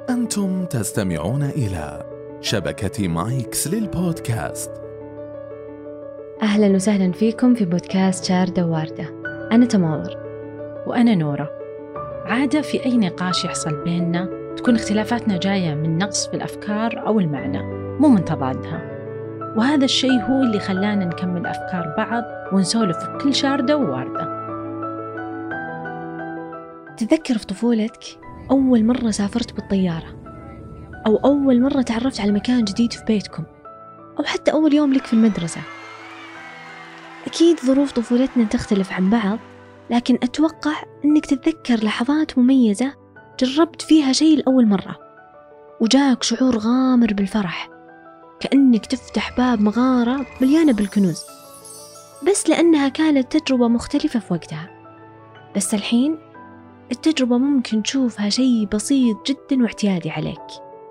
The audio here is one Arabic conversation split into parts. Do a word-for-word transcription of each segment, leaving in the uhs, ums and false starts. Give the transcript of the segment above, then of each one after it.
أنتم تستمعون إلى شبكة مايكس للبودكاست. أهلا وسهلا فيكم في بودكاست شاردة وواردة. أنا تماور وأنا نورة. عادة في أي نقاش يحصل بيننا تكون اختلافاتنا جاية من نقص في الأفكار أو المعنى، مو من تضادها، وهذا الشيء هو اللي خلانا نكمل أفكار بعض ونسولف بكل شاردة وواردة. تذكر في طفولتك أول مرة سافرت بالطيارة، أو أول مرة تعرفت على مكان جديد في بيتكم، أو حتى أول يوم لك في المدرسة. أكيد ظروف طفولتنا تختلف عن بعض، لكن أتوقع أنك تتذكر لحظات مميزة جربت فيها شيء لأول مرة وجاك شعور غامر بالفرح، كأنك تفتح باب مغارة مليانة بالكنوز، بس لأنها كانت تجربة مختلفة في وقتها. بس الحين التجربة ممكن تشوفها شيء بسيط جدا واعتيادي عليك.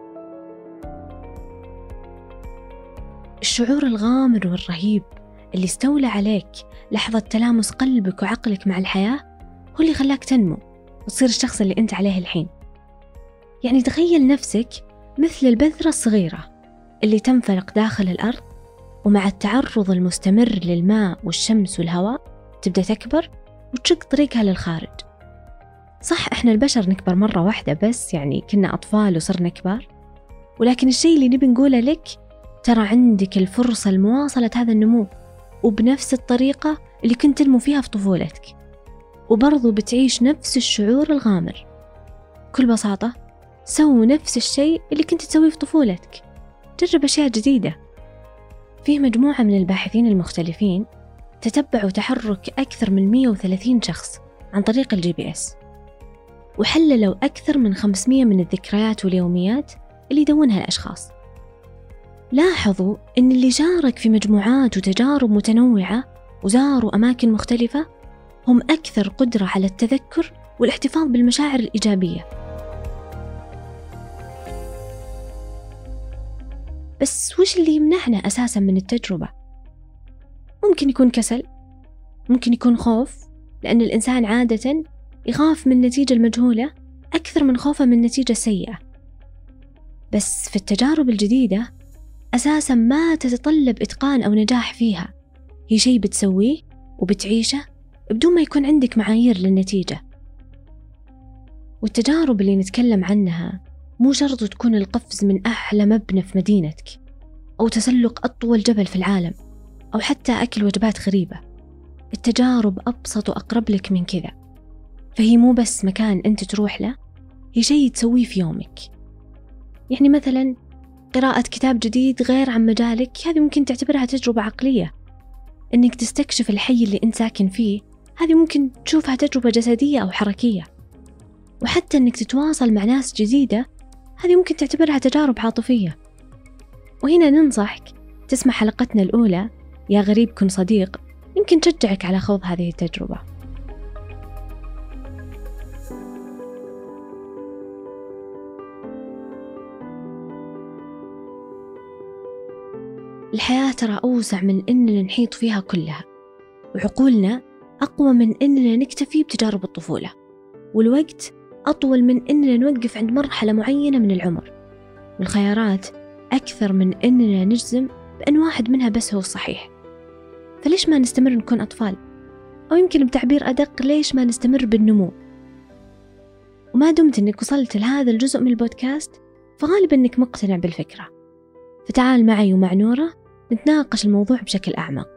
الشعور الغامر والرهيب اللي استولى عليك لحظة تلامس قلبك وعقلك مع الحياة هو اللي خلاك تنمو وتصير الشخص اللي أنت عليه الحين. يعني تخيل نفسك مثل البذرة الصغيرة اللي تنفلق داخل الأرض، ومع التعرض المستمر للماء والشمس والهواء تبدأ تكبر وتشق طريقها للخارج. صح إحنا البشر نكبر مرة واحدة بس، يعني كنا أطفال وصرنا كبار، ولكن الشيء اللي نبي نقوله لك ترى عندك الفرصة لمواصلة هذا النمو وبنفس الطريقة اللي كنت تنمو فيها في طفولتك، وبرضو بتعيش نفس الشعور الغامر. بكل بساطة سووا نفس الشيء اللي كنت تسويه في طفولتك، جرب أشياء جديدة. فيه مجموعة من الباحثين المختلفين تتبعوا تحرك أكثر من مئة وثلاثين شخص عن طريق الجي بي إس، وحللوا أكثر من خمسمئة من الذكريات واليوميات اللي يدونها الأشخاص. لاحظوا أن اللي شارك في مجموعات وتجارب متنوعة وزاروا أماكن مختلفة هم أكثر قدرة على التذكر والاحتفاظ بالمشاعر الإيجابية. بس وش اللي يمنعنا أساساً من التجربة؟ ممكن يكون كسل، ممكن يكون خوف، لأن الإنسان عادة يخاف من النتيجة المجهولة أكثر من خوفه من النتيجة السيئة. بس في التجارب الجديدة أساساً ما تتطلب إتقان أو نجاح فيها، هي شيء بتسويه وبتعيشه بدون ما يكون عندك معايير للنتيجة. والتجارب اللي نتكلم عنها مو شرط تكون القفز من أعلى مبنى في مدينتك، أو تسلق أطول جبل في العالم، أو حتى أكل وجبات غريبة. التجارب أبسط وأقرب لك من كذا، فهي مو بس مكان أنت تروح له، هي شيء تسويه في يومك. يعني مثلا قراءة كتاب جديد غير عن مجالك، هذه ممكن تعتبرها تجربة عقلية. إنك تستكشف الحي اللي أنت ساكن فيه، هذه ممكن تشوفها تجربة جسدية أو حركية. وحتى إنك تتواصل مع ناس جديدة، هذه ممكن تعتبرها تجارب عاطفية. وهنا ننصحك تسمع حلقتنا الأولى يا غريب كن صديق، يمكن تشجعك على خوض هذه التجربة. الحياة ترى أوسع من إننا نحيط فيها كلها، وعقولنا أقوى من إننا نكتفي بتجارب الطفولة، والوقت أطول من إننا نوقف عند مرحلة معينة من العمر، والخيارات أكثر من إننا نجزم بأن واحد منها بس هو الصحيح. فليش ما نستمر نكون أطفال؟ أو يمكن بتعبير أدق، ليش ما نستمر بالنمو؟ وما دمت إنك وصلت لهذا الجزء من البودكاست فغالبا إنك مقتنع بالفكرة، فتعال معي ومع نورة نتناقش الموضوع بشكل أعمق.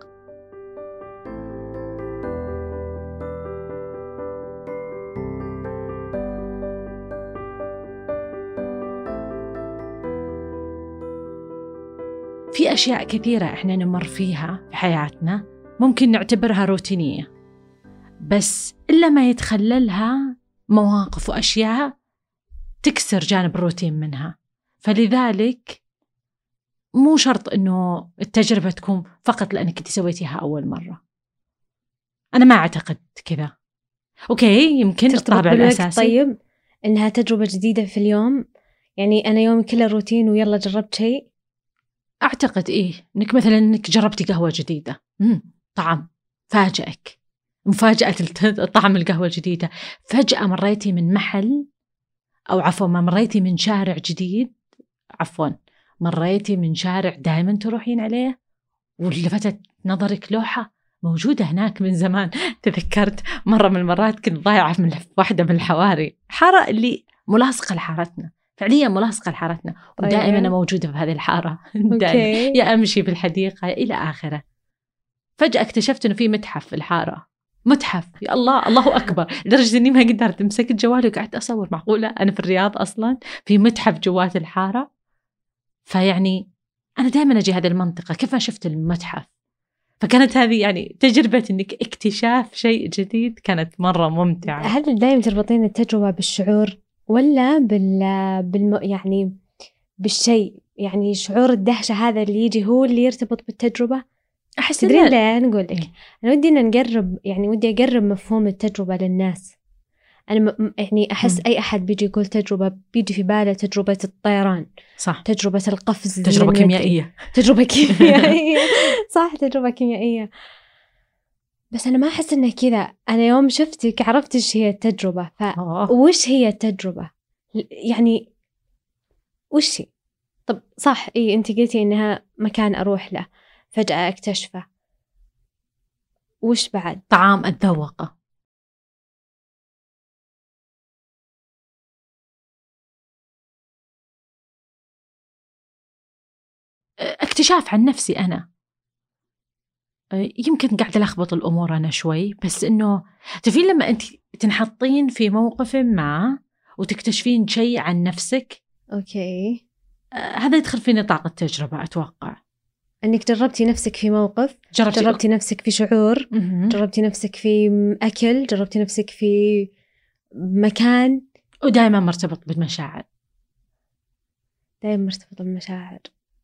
في أشياء كثيرة إحنا نمر فيها في حياتنا ممكن نعتبرها روتينية، بس إلا ما يتخللها مواقف وأشياء تكسر جانب الروتين منها. فلذلك مو شرط إنه التجربة تكون فقط لأنك أنت سويتيها أول مرة. أنا ما أعتقد كذا. أوكي، يمكن الطابع الأساسي طيب إنها تجربة جديدة في اليوم، يعني أنا يومي كله روتين ويلا جربت شيء. أعتقد إيه، إنك مثلا إنك جربتي قهوة جديدة، مم. طعم فاجأك، مفاجأة طعم القهوة الجديدة. فجأة مريتي من محل أو عفوا ما مريتي من شارع جديد، عفوا مريتي من شارع دائما تروحين عليه ولفتت نظرك لوحة موجودة هناك من زمان. تذكرت مرة من المرات كنت ضايعة من واحدة من الحواري، حارة اللي ملاصقة لحارتنا، فعليا ملاصقة لحارتنا، ودائما أنا موجودة في هذه الحارة دائما، يا أمشي في الحديقة إلى آخره. فجأة اكتشفت إنه في متحف في الحارة، متحف، يا الله الله أكبر، لدرجة إني ما قدرت مسكت جوالي وقعدت أصور، معقولة أنا في الرياض أصلا في متحف جوات الحارة؟ فيعني أنا دائما أجي هذه المنطقة كيف ما شفت المتحف. فكانت هذه يعني تجربة إنك اكتشاف شيء جديد كانت مرة ممتعة. هل دائما تربطين التجربة بالشعور ولا بال بالم يعني بالشيء، يعني شعور الدهشة هذا اللي يجي هو اللي يرتبط بالتجربة؟ أحس تدرين ليه أنا أقول لك، أنا ودي إن نقرب، يعني ودي أقرب مفهوم التجربة للناس. أنا م... يعني أحس م. أي أحد بيجي يقول تجربة بيجي في باله تجربة الطيران، صح، تجربة القفز، تجربة كيميائية، تجربة كيميائية صح، تجربة كيميائية. بس أنا ما أحس إنه كذا. أنا يوم شفتك عرفت إيش هي التجربة. فوش هي التجربة يعني؟ وش هي؟ طب صح، إيه أنت قلتي إنها مكان أروح له فجأة أكتشفه، وش بعد؟ طعام أتذوقه، اكتشاف عن نفسي أنا. يمكن قاعدة لخبط الأمور أنا شوي، بس إنه تفين لما أنت تنحطين في موقف ما وتكتشفين شيء عن نفسك، أوكي، هذا يدخل في نطاق التجربة. أتوقع أنك جربتي نفسك في موقف، جربتي, جربتي نفسك في شعور، م-م. جربتي نفسك في أكل، جربتي نفسك في مكان، ودائما مرتبط بالمشاعر، دائما مرتبط بالمشاعر.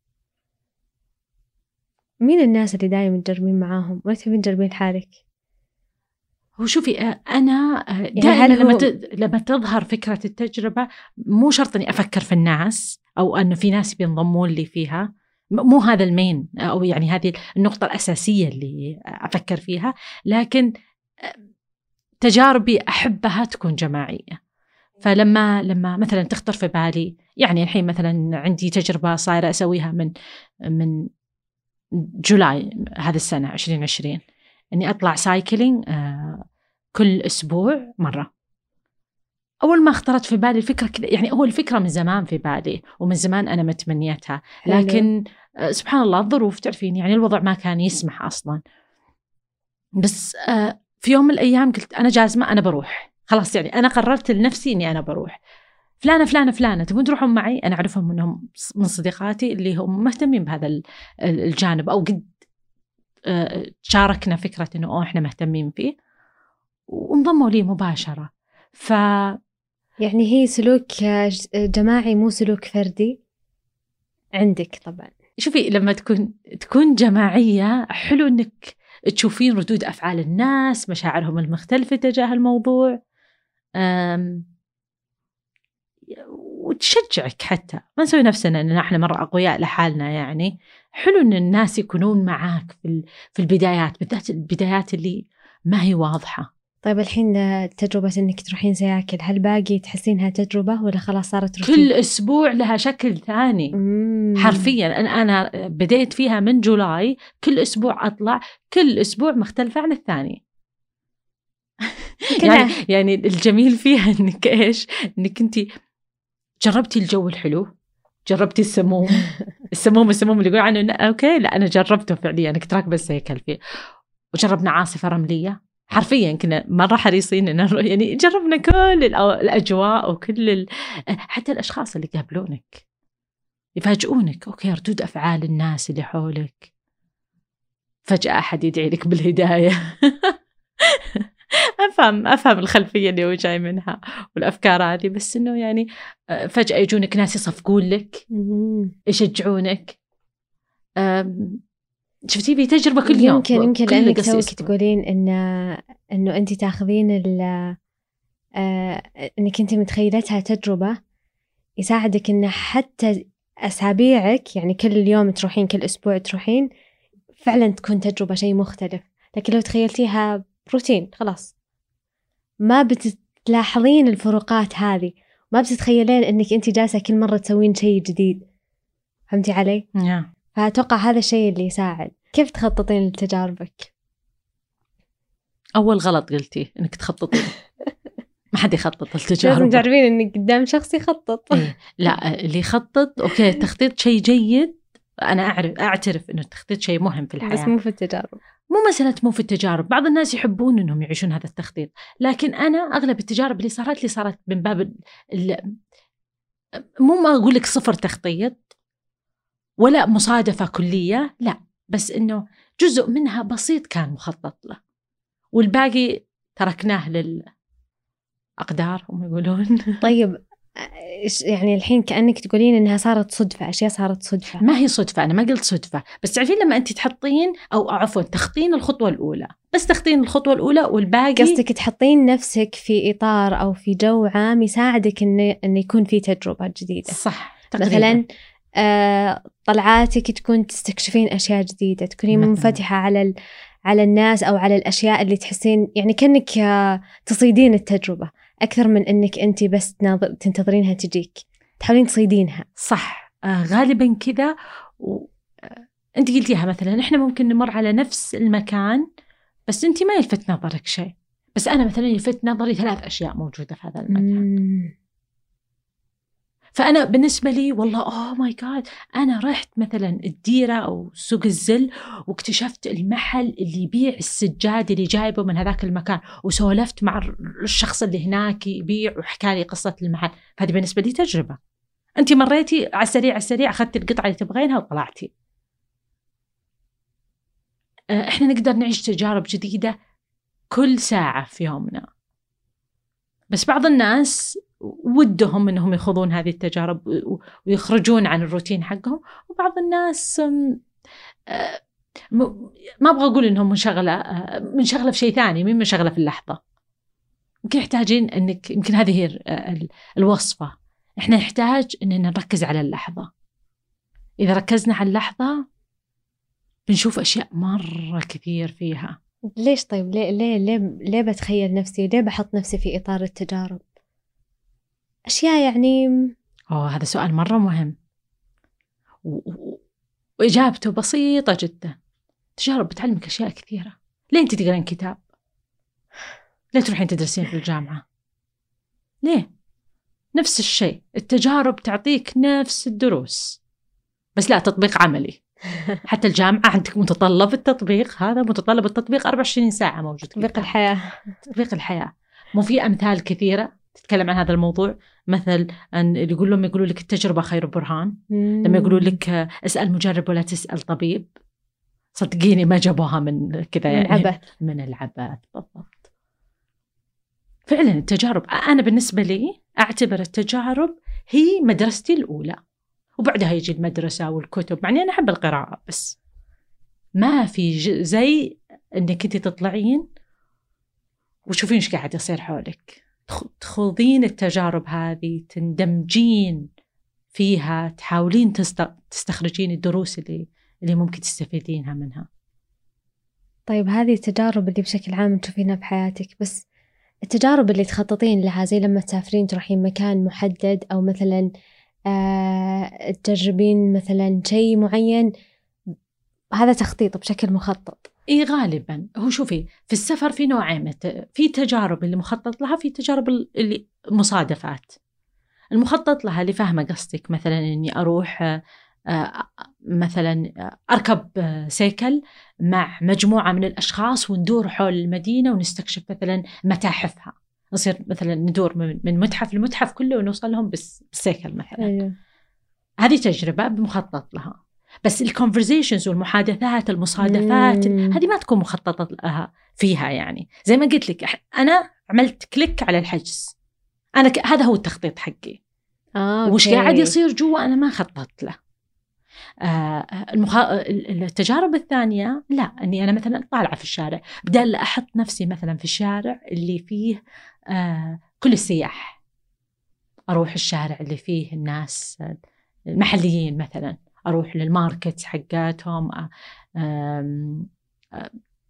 مين الناس اللي دائما تجربين معاهم ولا تبين تجربين حالك؟ هو شوفي أنا دائما يعني لما لما تظهر فكرة التجربة مو شرط إني أفكر في الناس أو أنه في ناس بينضمون لي فيها، مو هذا المين أو يعني هذه النقطة الأساسية اللي أفكر فيها، لكن تجاربي أحبها تكون جماعية. فلما لما مثلا تخطر في بالي، يعني الحين مثلا عندي تجربة صايرة أسويها من من جولاي هذا السنة عشرين عشرين، إني أطلع سايكلينج كل أسبوع مرة. أول ما اخترت في بالي الفكرة كذا، يعني هو الفكرة من زمان في بالي ومن زمان أنا متمنيتها، لكن سبحان الله الظروف تعرفين، يعني الوضع ما كان يسمح أصلا. بس في يوم من الأيام قلت أنا جازمة، أنا بروح خلاص، يعني أنا قررت لنفسي إني أنا بروح. فلانة فلانة فلانة تبون تروحون معي؟ أنا أعرفهم منهم من صديقاتي اللي هم مهتمين بهذا الجانب أو قد شاركنا فكرة إنه أوه إحنا مهتمين فيه وانضموا لي مباشرة. ف يعني هي سلوك جماعي مو سلوك فردي عندك طبعا. شوفي لما تكون تكون جماعية حلو إنك تشوفين ردود أفعال الناس، مشاعرهم المختلفة تجاه الموضوع، وتشجعك. حتى ما نسوي نفسنا إننا إحنا مرة أقوياء لحالنا، يعني حلو إن الناس يكونون معاك في في البدايات، بالذات البدايات اللي ما هي واضحة. طيب الحين تجربة إنك تروحين سياكل، هل باقي تحسينها تجربة ولا خلاص صارت روتين؟ كل أسبوع لها شكل ثاني. مم. حرفيا أنا أنا بديت فيها من جولاي، كل أسبوع أطلع، كل أسبوع مختلفة عن الثاني. يعني يعني الجميل فيها إنك إيش، إنك أنتي جربتي الجو الحلو، جربتي السموم السموم السموم اللي يقول عنه إنه أوكي، لا أنا جربته فعليا، أنا كنت راكبة السيكل فيه. وجربنا عاصفة رملية، حرفيا كنا مرة حريصين إن يعني جربنا كل الأجواء وكل ال... حتى الأشخاص اللي يقابلونك يفاجئونك. أوكي، ردود أفعال الناس اللي حولك، فجأة أحد يدعي لك بالهداية. أفهم أفهم الخلفية اللي هو جاي منها والأفكار هذه، بس إنه يعني فجأة يجونك ناس يصفقون لك، يشجعونك. شفتي في تجربة كل يوم. يمكن يمكن لأنك توك تقولين إن إنه أنت تأخذين ال آه إنك أنت متخيلتها تجربة، يساعدك إن حتى أسابيعك، يعني كل يوم تروحين، كل أسبوع تروحين، فعلا تكون تجربة شيء مختلف. لكن لو تخيلتيها روتين خلاص ما بتلاحظين الفروقات هذه، ما بتتخيلين إنك أنت جالسة كل مرة تسوين شيء جديد. فهمتي علي؟ yeah. فأتوقع هذا الشيء اللي يساعد. كيف تخططين لتجاربك؟ أول غلط قلتي إنك تخططين. ما حد يخطط التجارب. لازم تعرفين إنك قدام شخص يخطط. إيه. لا، اللي يخطط أوكي، التخطيط شيء جيد، أنا أعرف أعترف إنه التخطيط شيء مهم في الحياة، بس مو في التجارب. مو مسألة مو في التجارب. بعض الناس يحبون إنهم يعيشون هذا التخطيط، لكن أنا أغلب التجارب اللي صارت لي صارت من باب ال... ال... مو ما أقول لك صفر تخطيط ولا مصادفة كلية، لا، بس إنه جزء منها بسيط كان مخطط له، والباقي تركناه للأقدار هم يقولون. طيب يعني الحين كأنك تقولين إنها صارت صدفة، أشياء صارت صدفة. ما هي صدفة، أنا ما قلت صدفة، بس تعرفين لما أنت تحطين أو عفوا تخطين الخطوة الأولى، بس تخطين الخطوة الأولى والباقي. قصدك تحطين نفسك في إطار أو في جو عام يساعدك إن إن يكون في تجربة جديدة. صح تقريبا. مثلا آه طلعاتك تكون تستكشفين أشياء جديدة، تكونين منفتحة على ال... على الناس أو على الأشياء اللي تحسين يعني كأنك آه تصيدين التجربة أكثر من إنك أنت بس تناظر تنتظرينها تجيك، تحاولين تصيدينها. صح. آه غالبا كذا. و... آه أنت قلتيها مثلا إحنا ممكن نمر على نفس المكان بس أنت ما يلفت نظرك شيء، بس أنا مثلا يلفت نظري ثلاث أشياء موجودة في هذا المكان. مم. فأنا بالنسبة لي والله أوه ماي جاد، أنا رحت مثلا الديرة أو سوق الزل واكتشفت المحل اللي يبيع السجاد اللي جايبه من هذاك المكان، وسولفت مع الشخص اللي هناك يبيع وحكى لي قصة المحل. فهذه بالنسبة لي تجربة. أنت مريتي على السريع على السريع أخذت القطعة اللي تبغينها وطلعتي. إحنا نقدر نعيش تجارب جديدة كل ساعة في يومنا، بس بعض الناس ودهم أنهم يخوضون هذه التجارب ويخرجون عن الروتين حقهم، وبعض الناس ما أبغى أقول أنهم منشغلة منشغلة في شيء ثاني، مين منشغلة في اللحظة. يمكن يحتاجين أنك يمكن هذه هي الوصفة، إحنا نحتاج أننا نركز على اللحظة. إذا ركزنا على اللحظة بنشوف أشياء مرة كثير فيها. ليش طيب ليه ليه ليه ليه بتخيل نفسي، ليه بحط نفسي في إطار التجارب؟ أشياء يعني أوه هذا سؤال مرة مهم وإجابته بسيطة جدا. تجارب بتعلمك أشياء كثيرة. ليه أنت تقرأين كتاب؟ ليه تروحين تدرسين في الجامعة؟ ليه؟ نفس الشيء، التجارب تعطيك نفس الدروس بس لا تطبيق عملي. حتى الجامعة عندك متطلب التطبيق، هذا متطلب التطبيق أربعة وعشرين ساعة موجود. تطبيق الحياة. تطبيق الحياة. مو في أمثال كثيرة تتكلم عن هذا الموضوع، مثل أن اللي يقول لهم يقولوا لك التجربة خير برهان، لما يقولوا لك اسأل مجرب ولا تسأل طبيب، صدقيني ما جابوها من كذا يعني، من عبث. من العبث بالضبط. فعلا التجارب، أنا بالنسبة لي أعتبر التجارب هي مدرستي الأولى، وبعدها يجي المدرسة والكتب. معني أنا أحب القراءة، بس ما في زي أنك أنت تطلعين وشوفين إيش قاعد يصير حولك، تخوضين التجارب هذه، تندمجين فيها، تحاولين تستخرجين الدروس اللي اللي ممكن تستفيدينها منها. طيب هذه التجارب اللي بشكل عام تشوفينها في حياتك، بس التجارب اللي تخططين لها زي لما تسافرين تروحين مكان محدد، أو مثلا آه تجربين مثلا شيء معين، هذا تخطيط بشكل مخطط. إيه غالبا. هو شوفي في السفر في نوعين، في تجارب اللي مخطط لها، في تجارب اللي مصادفات. المخطط لها اللي فاهمة قصدك، مثلا إني أروح مثلا أركب سيكل مع مجموعة من الأشخاص وندور حول المدينة ونستكشف مثلا متاحفها، نصير مثلا ندور من متحف لمتحف كله ونوصل لهم بالسيكل مثلا. أيوه. هذه تجربة بمخطط لها. بس الكونفرزيشنز والمحادثات المصادفات مم. هذه ما تكون مخطط لها فيها. يعني زي ما قلت لك أنا عملت كليك على الحجز، أنا ك... هذا هو التخطيط حقي. آه، وش أوكي. قاعد يصير جوا أنا ما خططت له. آه المخ... التجارب الثانية لا، أني أنا مثلا طالعة في الشارع، بدل أحط نفسي مثلا في الشارع اللي فيه آه كل السياح، أروح الشارع اللي فيه الناس المحليين، مثلا أروح للماركت حقاتهم،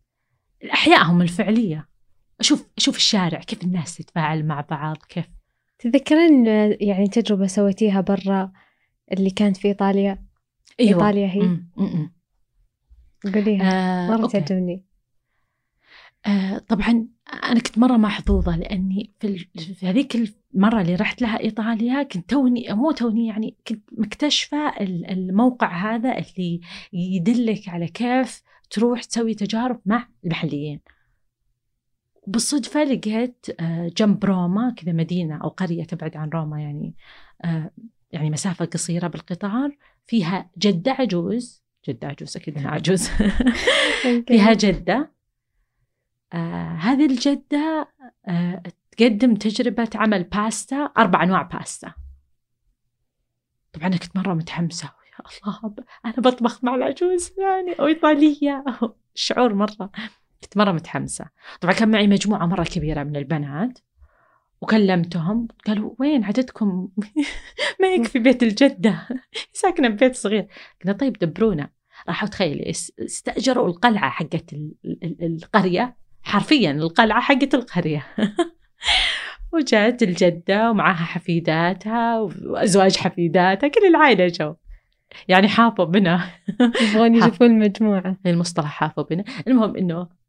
أحيائهم الفعلية، أشوف أشوف الشارع كيف الناس تتفاعل مع بعض، كيف تذكرين يعني تجربة سويتيها برا اللي كانت في إيطاليا؟ أيوة. إيطاليا هي م- م- م. قوليها. آه، مرة أوكي. تعجبني. آه، طبعا أنا كنت مرة محظوظة لأني في, ال- في هذيك المرة اللي رحت لها إيطاليا كنت توني مو توني يعني كنت مكتشفة ال- الموقع هذا اللي يدلك على كيف تروح تسوي تجارب مع المحليين. بالصدفة لقيت آه، جنب روما كذا مدينة أو قرية تبعد عن روما يعني آه، يعني مسافة قصيرة بالقطار، فيها جدة عجوز جدة عجوز أكيد أنا عجوز فيها جدة. آه هذه الجدة آه تقدم تجربة عمل باستا، أربع أنواع باستا. طبعا أنا كنت مرة متحمسة، يا الله أنا بطبخ مع العجوز يعني أو إيطالية أو الشعور مرة كنت مرة متحمسة. طبعا كان معي مجموعة مرة كبيرة من البنات وكلمتهم قالوا وين عددكم ما يكفي بيت الجدة ساكنة ببيت صغير. قلنا طيب دبرونا. راحوا تخيلي استأجروا القلعة حقت القرية، حرفيا القلعة حقت القرية وجاءت الجدة ومعها حفيداتها وأزواج حفيداتها، كل العائلة جو يعني حافوا بنا يبغون يشوفوا المجموعة. المصطلح حافوا بنا. المهم إنه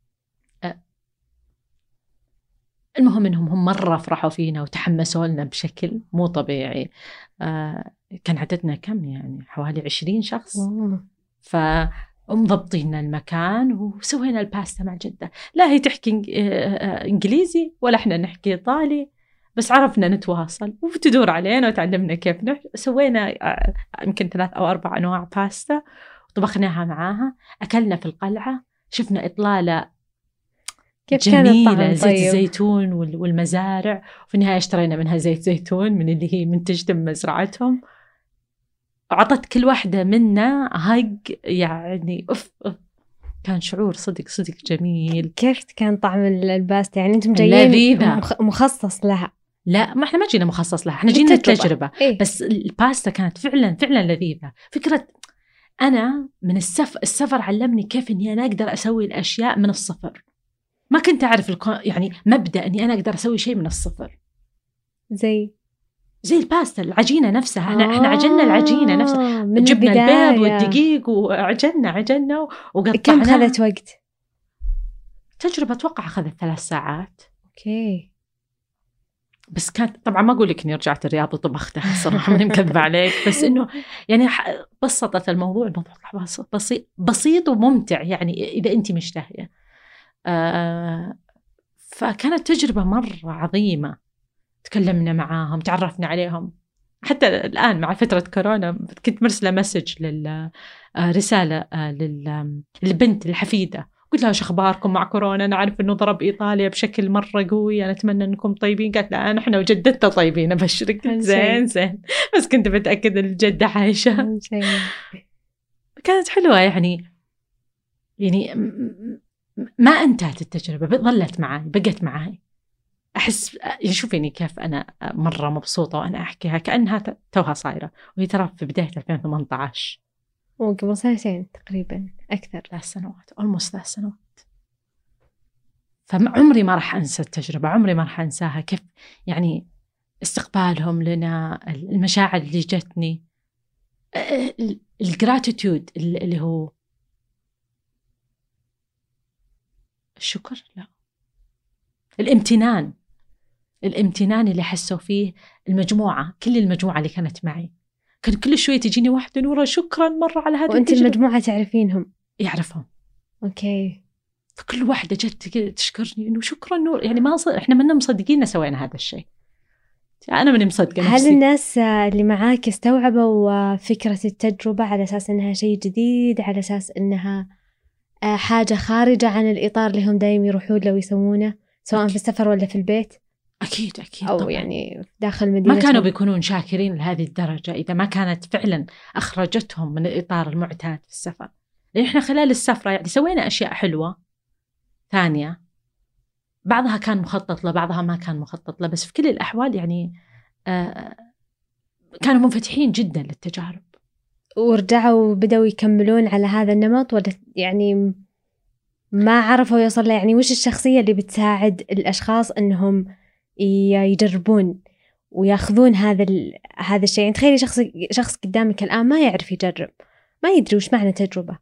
المهم إنهم هم مرة فرحوا فينا وتحمسوا لنا بشكل مو طبيعي. آه كان عددنا كم يعني حوالي عشرين شخص. فمضبطين المكان وسوينا الباستا مع جدة. لا هي تحكي إنجليزي ولا إحنا نحكي إيطالي، بس عرفنا نتواصل وتدور علينا وتعلمنا كيف نح... سوينا يمكن ثلاث أو أربع أنواع باستا وطبخناها معاها. أكلنا في القلعة، شفنا إطلالة كيف جميلة زيت طيب. الزيتون والمزارع، وفي النهاية اشترينا منها زيت زيتون من اللي هي منتجة من مزرعتهم. عطت كل واحدة منا هاج يعني أف أف. كان شعور صدق صدق جميل. كيف كان طعم الباستا؟ يعني أنتم جايين مخ... مخصص لها؟ لا ما احنا ما جينا مخصص لها، احنا جينا التجربة. إيه؟ بس الباستا كانت فعلا فعلا لذيذة. فكرة أنا من السف... السفر علمني كيف إني أنا أقدر أسوي الأشياء من الصفر. ما كنت أعرف الكو... يعني مبدأ أني أنا أقدر أسوي شيء من الصفر. زي زي الباستا العجينة نفسها. احنا آه احنا عجلنا العجينة نفسها، جبنا البيض والدقيق وعجلنا عجلنا وقطعنا. كم خذت وقت؟ تجربة أتوقع أخذت ثلاث ساعات. أوكي. بس كانت طبعا ما أقول لك إني رجعت الرياض وطبختها صراحة من مكذبة عليك، بس إنه يعني بسطت الموضوع. الموضوع بسيط بسيط وممتع يعني إذا أنت مشتهية. آه فكانت تجربة مرة عظيمة. تكلمنا معاهم، تعرفنا عليهم. حتى الآن مع فترة كورونا كنت مرسلة مسج لل رسالة للبنت الحفيدة، قلت لها شو أخباركم مع كورونا؟ أنا أعرف إنه ضرب إيطاليا بشكل مرة قوي، أنا أتمنى أنكم طيبين. قالت لا نحن وجدتها طيبين أبشرك. زين زين بس كنت بتأكد الجدة عايشة. كانت حلوة يعني يعني ما انتهت التجربة، ظلت معي بقت معي. أحس يشوفيني كيف أنا مرة مبسوطة وأنا أحكيها كأنها توها صايرة، وهي ترى في بداية ألفين وثمانية عشر وقبل سنتين تقريبا أكثر، ثلاث سنوات almost ثلاث سنوات. فعمري ما راح أنسى التجربة، عمري ما راح أنساها. كيف يعني استقبالهم لنا، المشاعر اللي جتني، الجراتيتيود اللي هو الشكر، لا الامتنان الامتنان اللي حسوا فيه المجموعة، كل المجموعة اللي كانت معي. كان كل شوية تجيني واحدة نورة شكرا مرة على هذا. وأنت المجموعة تعرفينهم؟ يعرفهم. أوكي. فكل واحدة جت تشكرني إنه شكرا نور، يعني ما ص... إحنا منا مصدقين سوينا هذا الشيء. أنا مني مصدقة نفسي. هل الناس اللي معاك استوعبوا فكرة التجربة على أساس إنها شيء جديد، على أساس إنها حاجة خارجة عن الإطار اللي هم دايم يروحون له ويسوونه، سواء أكيد. في السفر ولا في البيت؟ أكيد أكيد أو طبعاً. يعني داخل مدينة ما كانوا بيكونون شاكرين لهذه الدرجة إذا ما كانت فعلا أخرجتهم من الإطار المعتاد في السفر. لأن إحنا خلال السفرة يعني سوينا أشياء حلوة ثانية، بعضها كان مخطط له بعضها ما كان مخطط له، بس في كل الأحوال يعني آه كانوا منفتحين جدا للتجارب. ورجعوا وبدأوا يكملون على هذا النمط، ولا يعني ما عرفوا يوصل له؟ يعني وش الشخصية اللي بتساعد الأشخاص أنهم يجربون وياخذون هذا ال... هذا الشيء. يعني تخيلي شخص شخص قدامك الآن ما يعرف يجرب، ما يدري وش معنى تجربة.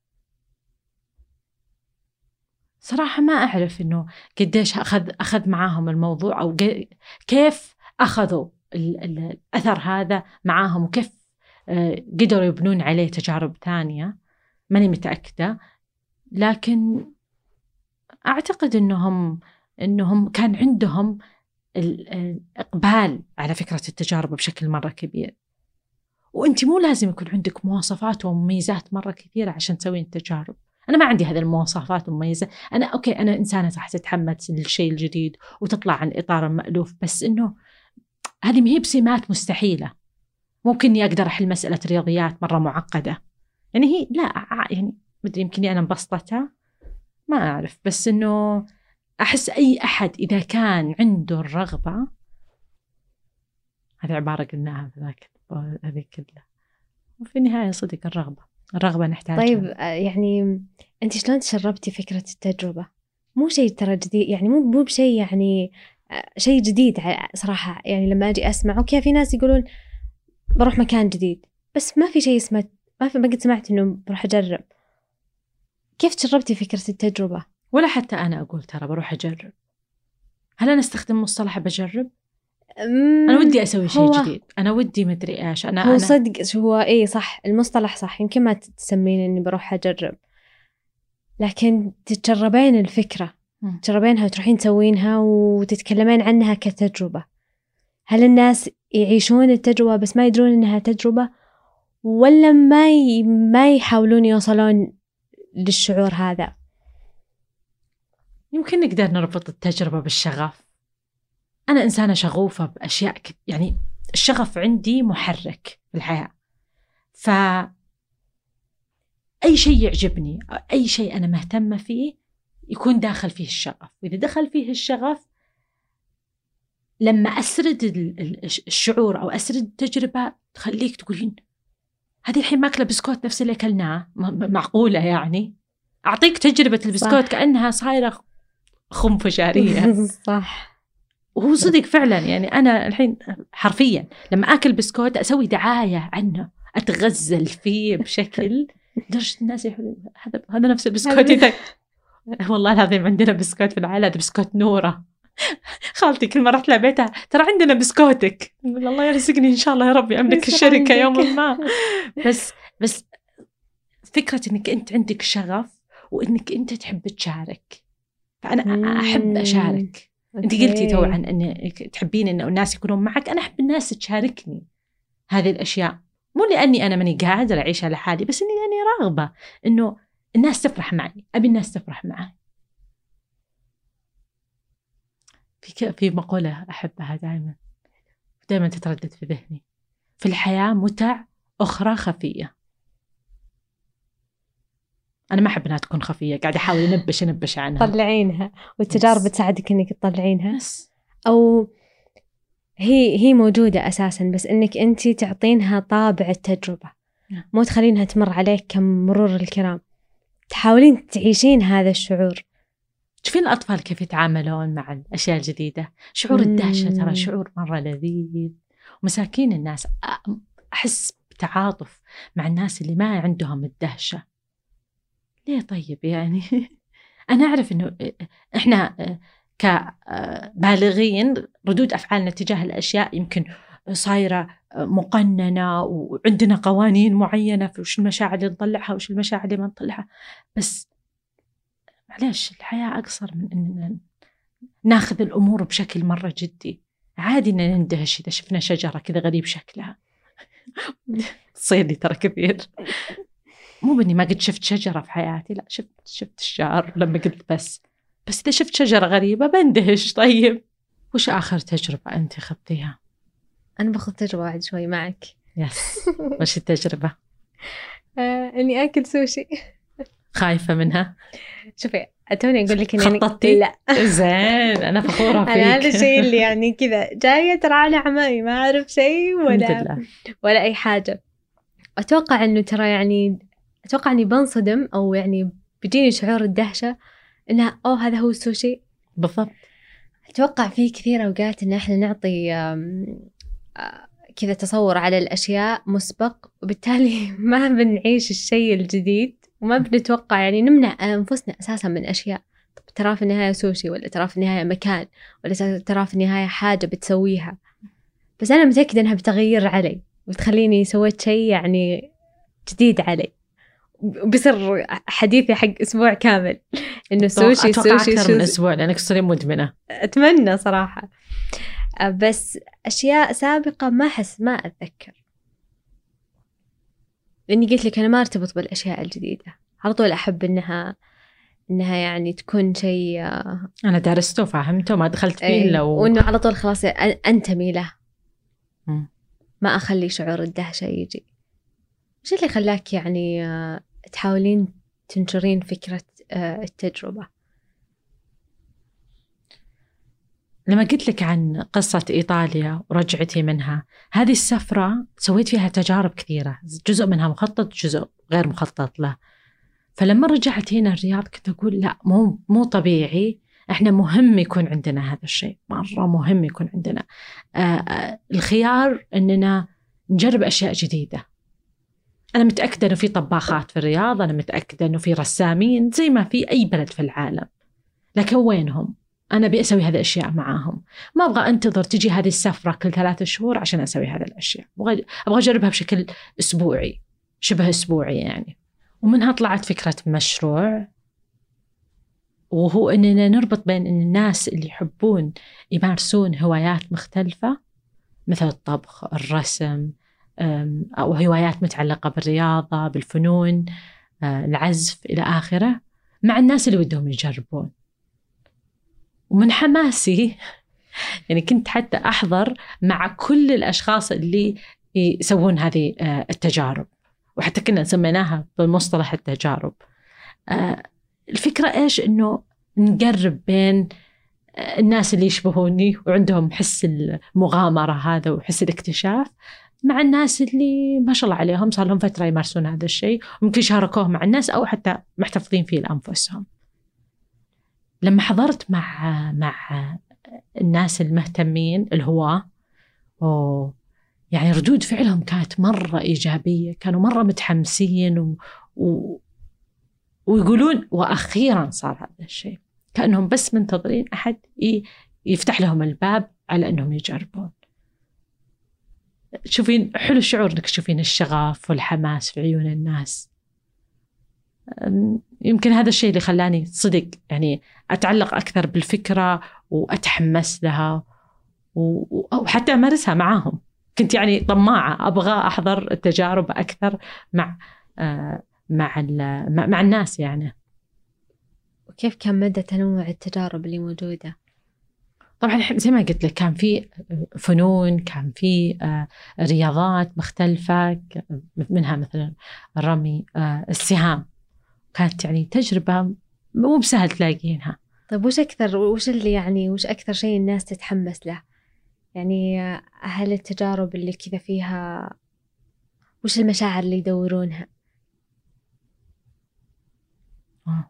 صراحة ما أعرف إنه قديش أخذ أخذ معاهم الموضوع، أو كيف أخذوا الأثر هذا معاهم، وكيف قدروا يبنون عليه تجارب ثانية. ماني متأكدة، لكن أعتقد إنهم إنهم كان عندهم الإقبال على فكرة التجارب بشكل مرة كبير. وأنت مو لازم يكون عندك مواصفات ومميزات مرة كثيرة عشان تسوين التجارب. أنا ما عندي هذه المواصفات والمميزات. أنا أوكي، أنا إنسانة صح تتحمس للشيء الجديد وتطلع عن إطار المألوف، بس إنه هذه ما هي بسمات مستحيلة. ممكن إني أقدر أحل مسألة رياضيات مرة معقدة، يعني هي لا يعني مدري، يمكن أنا مبسطتها ما أعرف، بس إنه أحس أي أحد إذا كان عنده الرغبة، هذه عبارة قلناها في ذاك هذه كلها، وفي النهاية صدق الرغبة الرغبة نحتاجها. طيب يعني أنت شلون تشربتي فكرة التجربة؟ مو شيء ترى جديد، يعني مو مو بشيء يعني شيء جديد صراحة. يعني لما أجي أسمع أوكي في ناس يقولون بروح مكان جديد، بس ما في شيء اسمه، ما في، ما قد سمعت إنه بروح أجرب. كيف تشربتي فكرة التجربة؟ ولا حتى أنا أقول ترى بروح أجرب. هل أنا استخدم مصطلح بجرب؟ أنا ودي أسوي شيء جديد، أنا ودي مدري إيش. أنا هو أنا صدق هو إيه صح، المصطلح صح، يمكن ما تسمين إني بروح أجرب، لكن تتجربين الفكرة، تجربينها وتروحين تسوينها وتتكلمين عنها كتجربة. هل الناس يعيشون التجربة بس ما يدرون إنها تجربة، ولا ما ي... ما يحاولون يوصلون للشعور هذا؟ يمكن نقدر نربط التجربة بالشغف. أنا إنسانة شغوفة بأشياء كت... يعني الشغف عندي محرك في الحياة، فأي شيء يعجبني، أي شيء أنا مهتمة فيه يكون داخل فيه الشغف. وإذا دخل فيه الشغف، لما أسرد الشعور أو أسرد التجربة تخليك تقولين هذه الحين ماكلة بسكوت نفس اللي أكلناه، معقولة يعني؟ أعطيك تجربة البسكوت صح. كأنها صايرة خنفشارية. صح. وهو صدق فعلا، يعني أنا الحين حرفيا لما أكل بسكوت أسوي دعاية عنه، أتغزل فيه بشكل درجة الناس يقولون هذا هذا نفس البسكوت. إذا والله العظيم عندنا بسكوت في العائلة، هذا بسكوت نورة. خالتي كل ما رحت لبيتها ترى عندنا بسكوتك، الله يرزقني إن شاء الله يا ربي أملك الشركة يوم ما. بس بس فكرة إنك أنت عندك شغف وإنك أنت تحب تشارك، فأنا أحب أشارك. أنت قلتي تو عن أنك تحبين إنه الناس يكونون معك، أنا أحب الناس تشاركني هذه الأشياء، مو لأني أنا ماني قادرة أعيشها لحالي، بس إني أنا راغبة إنه الناس تفرح معي، أبي الناس تفرح معي. في في مقولة أحبها دائما دائما تتردد في ذهني: في الحياة متع أخرى خفية. أنا ما أحب أنها تكون خفية، قاعدة أحاول أنبش أنبش عنها. طلعينها، والتجارب بس. تساعدك إنك تطلعينها بس. أو هي هي موجودة أساساً، بس إنك أنتي تعطينها طابع التجربة، مو تخلينها تمر عليك كمرور الكرام، تحاولين تعيشين هذا الشعور. تشوفين الأطفال كيف يتعاملون مع الأشياء الجديدة، شعور الدهشة ترى شعور مرة لذيذ. ومساكين الناس، أحس بتعاطف مع الناس اللي ما عندهم الدهشة. ليه طيب يعني؟ أنا أعرف إنه إحنا كبالغين ردود أفعالنا تجاه الأشياء يمكن صايرة مقننة، وعندنا قوانين معينة في وش المشاعر اللي نطلعها وش المشاعر اللي ما نطلعها. بس معليش، الحياة أقصر من أننا ناخذ الأمور بشكل مرة جدي. عادي أن نندهش إذا شفنا شجرة كذا غريب شكلها. تصير لي ترى كثير، مو بني ما قد شفت شجرة في حياتي، لا شفت شفت الشجر لما قلت بس بس إذا شفت شجرة غريبة بندهش. طيب وش آخر تجربة أنت خذتيها؟ أنا بأخذ تجربة واحد شوي معك. يس. وش التجربة؟ آه، إني أكل سوشي. خايفة منها؟ شوفي أتوني أقول لك إني خططتي؟ لا زين، أنا فخورة فيك. أنا هذا الشيء اللي يعني كذا جاية ترى على عمامي، ما أعرف شيء ولا ولا أي حاجة. أتوقع إنه ترى يعني أتوقع إني بنصدم، أو يعني بيجيني شعور الدهشة إنها أوه هذا هو السوشي بالضبط. أتوقع في كثير أوقات إن إحنا نعطي كذا تصور على الأشياء مسبق، وبالتالي ما بنعيش الشيء الجديد وما بنتوقع، يعني نمنع أنفسنا أساسا من أشياء. طب ترى في النهاية سوشي، ولا ترى في النهاية مكان، ولا ترى في النهاية حاجة بتسويها، بس أنا متأكدة أنها بتغير علي وتخليني سويت شيء يعني جديد علي، وبصير حديثي حق أسبوع كامل إنه سوشي أتوقع سوشي أكثر سوشي من أسبوع لأنك تصيرين مدمنة. أتمنى صراحة، بس أشياء سابقة ما أحس ما أتذكر، لأني قلت لك أنا ما أرتبط بالأشياء الجديدة، على طول أحب إنها إنها يعني تكون شيء أنا درسته وفهمته ما دخلت فيه أي، لو وإنه على طول خلاص أنتمي له، م. ما أخلي شعور الدهشة يجي. إيش اللي خلاك يعني تحاولين تنشرين فكرة التجربة؟ لما قلت لك عن قصة إيطاليا ورجعتي منها، هذه السفرة سويت فيها تجارب كثيرة، جزء منها مخطط جزء غير مخطط له. فلما رجعت هنا الرياض كنت أقول لا، مو مو طبيعي، إحنا مهم يكون عندنا هذا الشيء، مرة مهم يكون عندنا آه الخيار إننا نجرب أشياء جديدة. أنا متأكدة إنه في طباخات في الرياض، أنا متأكدة إنه في رسامين زي ما في أي بلد في العالم، لكن وينهم؟ أنا بأسوي هذه الأشياء معاهم، ما أبغى أنتظر تجي هذه السفرة كل ثلاثة شهور عشان أسوي هذه الأشياء، أبغى أبغى أجربها بشكل أسبوعي، شبه أسبوعي يعني. ومنها طلعت فكرة مشروع، وهو أننا نربط بين أن الناس اللي يحبون يمارسون هوايات مختلفة مثل الطبخ، الرسم، أو هوايات متعلقة بالرياضة، بالفنون، العزف إلى آخره، مع الناس اللي ودهم يجربون. ومن حماسي يعني كنت حتى أحضر مع كل الأشخاص اللي يسوون هذه التجارب، وحتى كنا سميناها بالمصطلح التجارب. الفكرة إيش؟ إنه نقرب بين الناس اللي يشبهوني وعندهم حس المغامرة هذا وحس الاكتشاف، مع الناس اللي ما شاء الله عليهم صار لهم فترة يمارسون هذا الشيء وممكن شاركوه مع الناس أو حتى محتفظين فيه لأنفسهم. لما حضرت مع مع الناس المهتمين الهواة، أوه يعني ردود فعلهم كانت مرة إيجابية، كانوا مرة متحمسين و... و... ويقولون وأخيرا صار هذا الشيء، كأنهم بس منتظرين أحد ي... يفتح لهم الباب على أنهم يجربون. شوفين حلو الشعور أنك تشوفين الشغف والحماس في عيون الناس. يمكن هذا الشيء اللي خلاني صدق يعني أتعلق أكثر بالفكرة وأتحمس لها و... أو حتى أمارسها معاهم. كنت يعني طماعة أبغى أحضر التجارب أكثر مع آه مع مع الناس يعني. وكيف كان مدى تنوع التجارب اللي موجودة؟ طبعا زي ما قلت لك كان في فنون، كان في آه رياضات مختلفة، منها مثلا رمي آه السهام، كانت يعني تجربة مو بسهل تلاقينها. طيب وش أكثر وش اللي يعني وش أكثر شيء الناس تتحمس له؟ يعني هل التجارب اللي كذا فيها وش المشاعر اللي يدورونها؟ آه.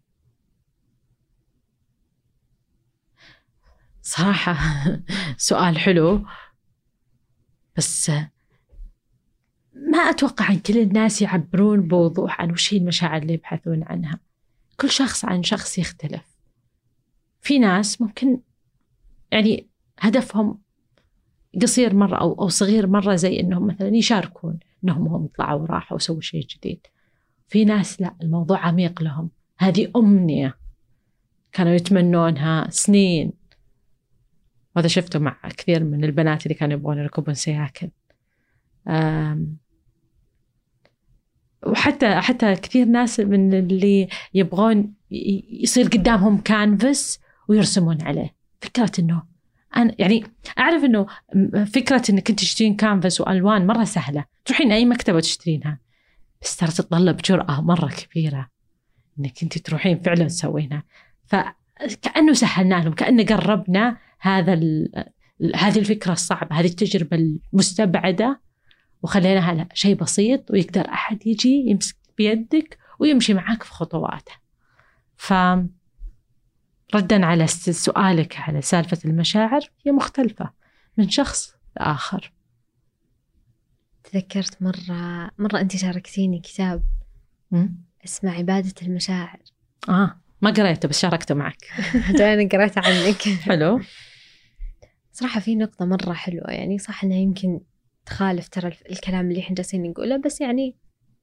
صراحة سؤال حلو، بس ما أتوقع أن كل الناس يعبرون بوضوح عن وش هي المشاعر اللي يبحثون عنها. كل شخص عن شخص يختلف. في ناس ممكن يعني هدفهم قصير مرة أو أو صغير مرة، زي إنهم مثلا يشاركون إنهم هم طلعوا وراحوا وسووا شيء جديد. في ناس لا، الموضوع عميق لهم، هذه أمنية كانوا يتمنونها سنين. وهذا شفته مع كثير من البنات اللي كانوا يبغون يركبون سياكل. وحتى حتى كثير ناس من اللي يبغون يصير قدامهم كانفاس ويرسمون عليه. فكرة إنه أنا يعني أعرف إنه فكرة إنك كنت تشترين كانفاس وألوان مرة سهلة، تروحين أي مكتبة وتشترينها، بس ترى تتطلب جرأة مرة كبيرة إنك أنت تروحين فعلا تسوينها. فكأنه سهلنا لهم، كأنه قربنا هذا هذه الفكرة الصعبة، هذه التجربة المستبعدة، وخليناها شيء بسيط ويقدر أحد يجي يمسك بيدك ويمشي معاك في خطواته. ف ردا على سؤالك على سالفة المشاعر، هي مختلفة من شخص لآخر. تذكرت مرة مرة أنت شاركتيني كتاب م? اسمه عبادة المشاعر. آه ما قرأته بس شاركته معك. أنا قرأته عنك. حلو. صراحة في نقطة مرة حلوة، يعني صح أنها يمكن تخالف ترى الكلام اللي إحنا جالسين نقوله، بس يعني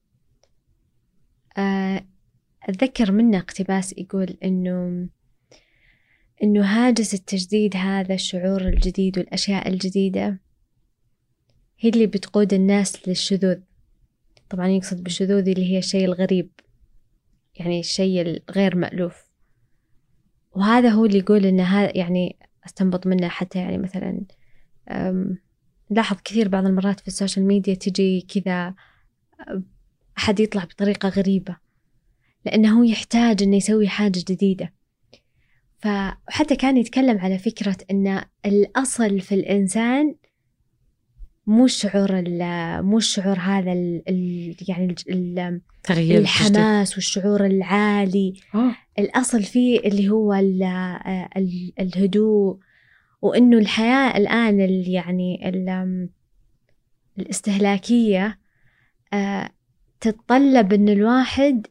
أتذكر منه اقتباس يقول إنه إنه هاجس التجديد هذا الشعور الجديد والأشياء الجديدة هي اللي بتقود الناس للشذوذ. طبعا يقصد بالشذوذ اللي هي الشيء الغريب، يعني الشيء الغير مألوف. وهذا هو اللي يقول إن هذا، يعني استنبط منه حتى يعني مثلا لاحظ كثير بعض المرات في السوشيال ميديا تجي كذا أحد يطلع بطريقة غريبة لأنه هو يحتاج إنه يسوي حاجة جديدة. فحتى كان يتكلم على فكرة إن الأصل في الإنسان مو الشعور مو الشعور هذا ال ال يعني ال الحماس والشعور العالي. أوه. الأصل فيه اللي هو ال ال الهدوء، وإنه الحياة الآن ال يعني ال الاستهلاكية آه تتطلب إن الواحد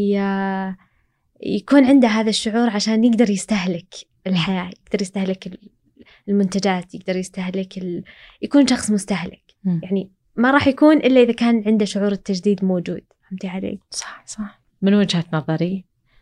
يكون عنده هذا الشعور عشان يقدر يستهلك الحياة، يقدر يستهلك المنتجات، يقدر يستهلك ال... يكون شخص مستهلك. م. يعني ما راح يكون إلا إذا كان عنده شعور التجديد موجود. فهمتي علي؟ صح صح. من وجهة نظري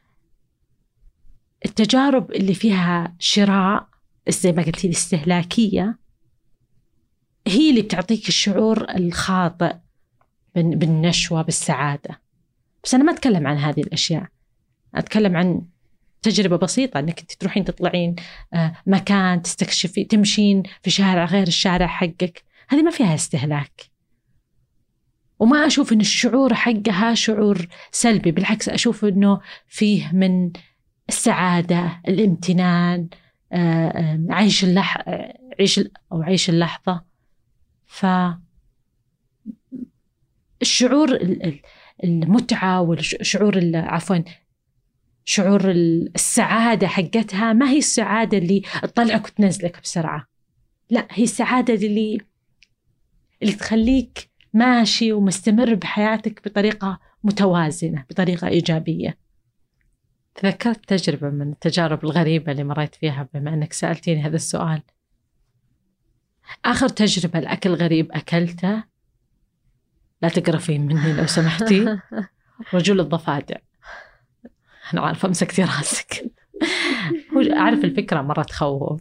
التجارب اللي فيها شراء زي ما قلتي الاستهلاكية هي اللي بتعطيك الشعور الخاطئ بالنشوة بالسعادة. بس أنا ما أتكلم عن هذه الأشياء، أتكلم عن تجربة بسيطة أنك تروحين تطلعين مكان، تستكشفي، تمشين في شارع غير الشارع حقك، هذه ما فيها استهلاك. وما أشوف أن الشعور حقها شعور سلبي، بالعكس أشوف أنه فيه من السعادة، الامتنان، عيش اللح عيش أو عيش اللحظة. فالشعور المتعة والشعور عفوا شعور السعادة حقتها ما هي السعادة اللي تطلعك وتنزلك بسرعة، لا، هي السعادة اللي اللي تخليك ماشي ومستمر بحياتك بطريقة متوازنة، بطريقة إيجابية. تذكرت تجربة من التجارب الغريبة اللي مريت فيها بما أنك سألتيني هذا السؤال. آخر تجربة الأكل غريب أكلته، لا تقرفين مني لو سمحتي، رجول الضفادع. أنا عارفة مسكتي راسك. أعرف الفكرة مرة تخوف.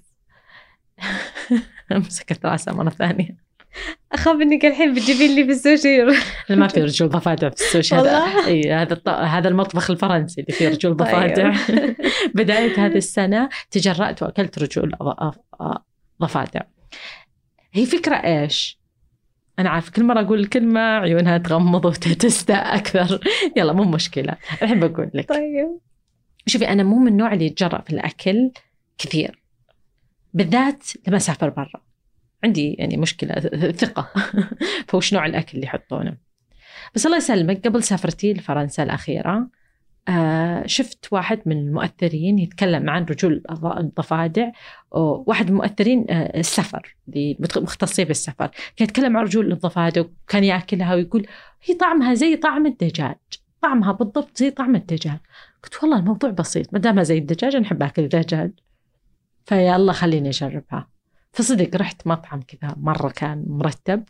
مسكت راسها مرة ثانية. أخاف إنك الحين بتجيبين لي في السوشي. ما في رجول ضفادع في السوشي. هذا إيه، هذا الط... هذا المطبخ الفرنسي اللي فيه رجول ضفادع. بداية هذه السنة تجرأت وأكلت رجول ضفادع. هي فكرة إيش؟ أنا عارف كل مرة أقول الكلمة عيونها تغمض وتستاء أكثر. يلا مو مشكلة، الحين بقول لك. طيب شوفي، أنا مو من النوع اللي يتجرأ في الأكل كثير، بالذات لما أسافر برا. عندي يعني مشكلة ثقة فوش نوع الأكل اللي يحطونه. بس الله يسلمك، قبل سافرتي لفرنسا الأخيرة آه شفت واحد من المؤثرين يتكلم عن رجول الضفادع، واحد من المؤثرين آه السفر اللي مختصين بالسفر، كان يتكلم عن رجول الضفادع وكان يأكلها ويقول هي طعمها زي طعم الدجاج، طعمها بالضبط زي طعم الدجاج. قلت والله الموضوع بسيط، ما دامها زي الدجاج نحب أكل الدجاج، فيا الله خليني أجربها. فصدق رحت مطعم كذا مرة كان مرتب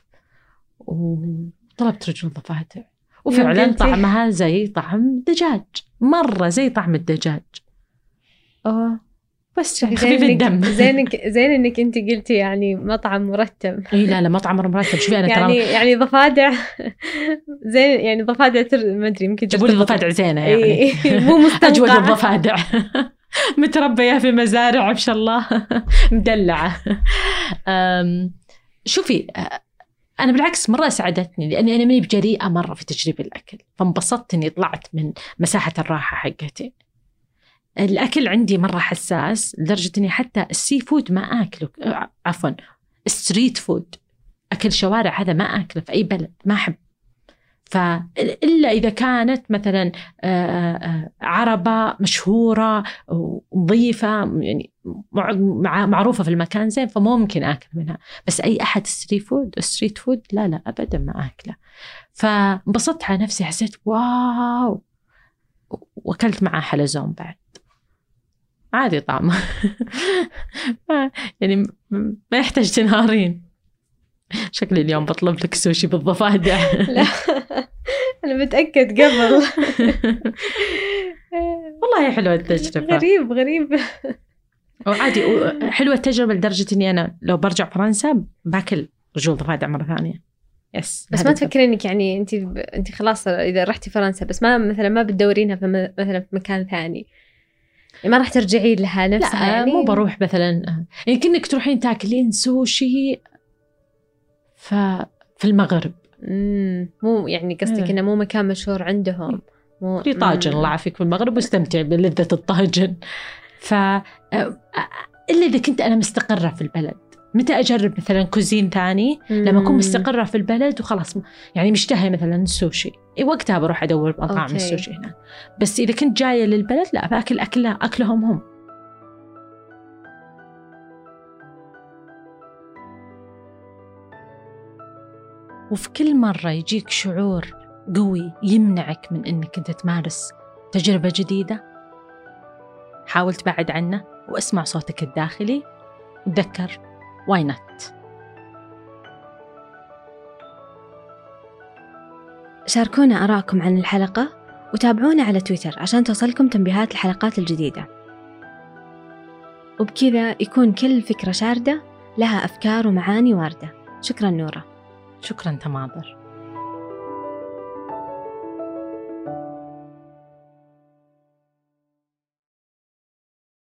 وطلبت رجول ضفادع، وفعلا طعمها زي طعم دجاج، مرة زي طعم الدجاج. اه بس يعني خفيف الدم. زينك زين انك انت قلتي يعني مطعم مرتب. اي لا لا مطعم مرتب. شوفي انا يعني ترى يعني ضفادع زين، يعني ضفادع ما ادري يمكن جيبوا لي ضفادع زينة يعني. إيه مو مستنقع. اجود الضفادع متربية في مزارع ما شاء الله مدلعة. شوفي أنا بالعكس مرة سعدتني، لأني أنا مني بجريئة مرة في تجربة الأكل، فانبسطت إني طلعت من مساحة الراحة حقتي. الأكل عندي مرة حساس لدرجة إني حتى السي فود ما أكله، عفوا الستريت فود، أكل شوارع هذا ما أكله في أي بلد، ما أحب. فإلا إذا كانت مثلا عربة مشهورة ونظيفة يعني معروفة في المكان زين فممكن آكل منها. بس أي أحد ستريت فود ستريت فود لا لا أبدا ما آكله. فانبسطت على نفسي، حسيت واو. وأكلت معاه حلزون بعد عادي طعمه يعني ما يحتاج تنهارين. شكلي اليوم بطلب لك سوشي بالضفادع. لا أنا متأكد قبل. والله حلوة التجربة. غريب غريب وعادي حلوة التجربة لدرجة إني أنا لو برجع فرنسا باكل رجول ضفادع مرة ثانية. يس. بس ما تفكرين إنك يعني أنت ب... أنت خلاص إذا رحتي فرنسا بس ما مثلا ما بتدورينها في م... مثلا في مكان ثاني يعني ما راح ترجعين لها نفسها؟ لا يعني مو بروح مثلا يعني كأنك تروحين تاكلين سوشي ف في المغرب. امم مو يعني قصدك إنه مو مكان مشهور عندهم. مو في طاجن الله يعافيك في المغرب واستمتع بلذة الطاجن. ف إلا إذا كنت أنا مستقرة في البلد. متى أجرب مثلا كوزين ثاني؟ لما أكون مستقرة في البلد وخلاص يعني مشتهي مثلا السوشي وقتها بروح أدور مطاعم السوشي هنا. بس إذا كنت جاية للبلد لا باكل أكله أكلهم هم. وفي كل مرة يجيك شعور قوي يمنعك من إنك أنت تمارس تجربة جديدة، حاول تبعد عنه واسمع صوتك الداخلي وتذكر why not. شاركونا آراءكم عن الحلقة وتابعونا على تويتر عشان توصلكم تنبيهات الحلقات الجديدة. وبكذا يكون كل فكرة شاردة لها أفكار ومعاني واردة. شكرا نورة. شكرا تماضر.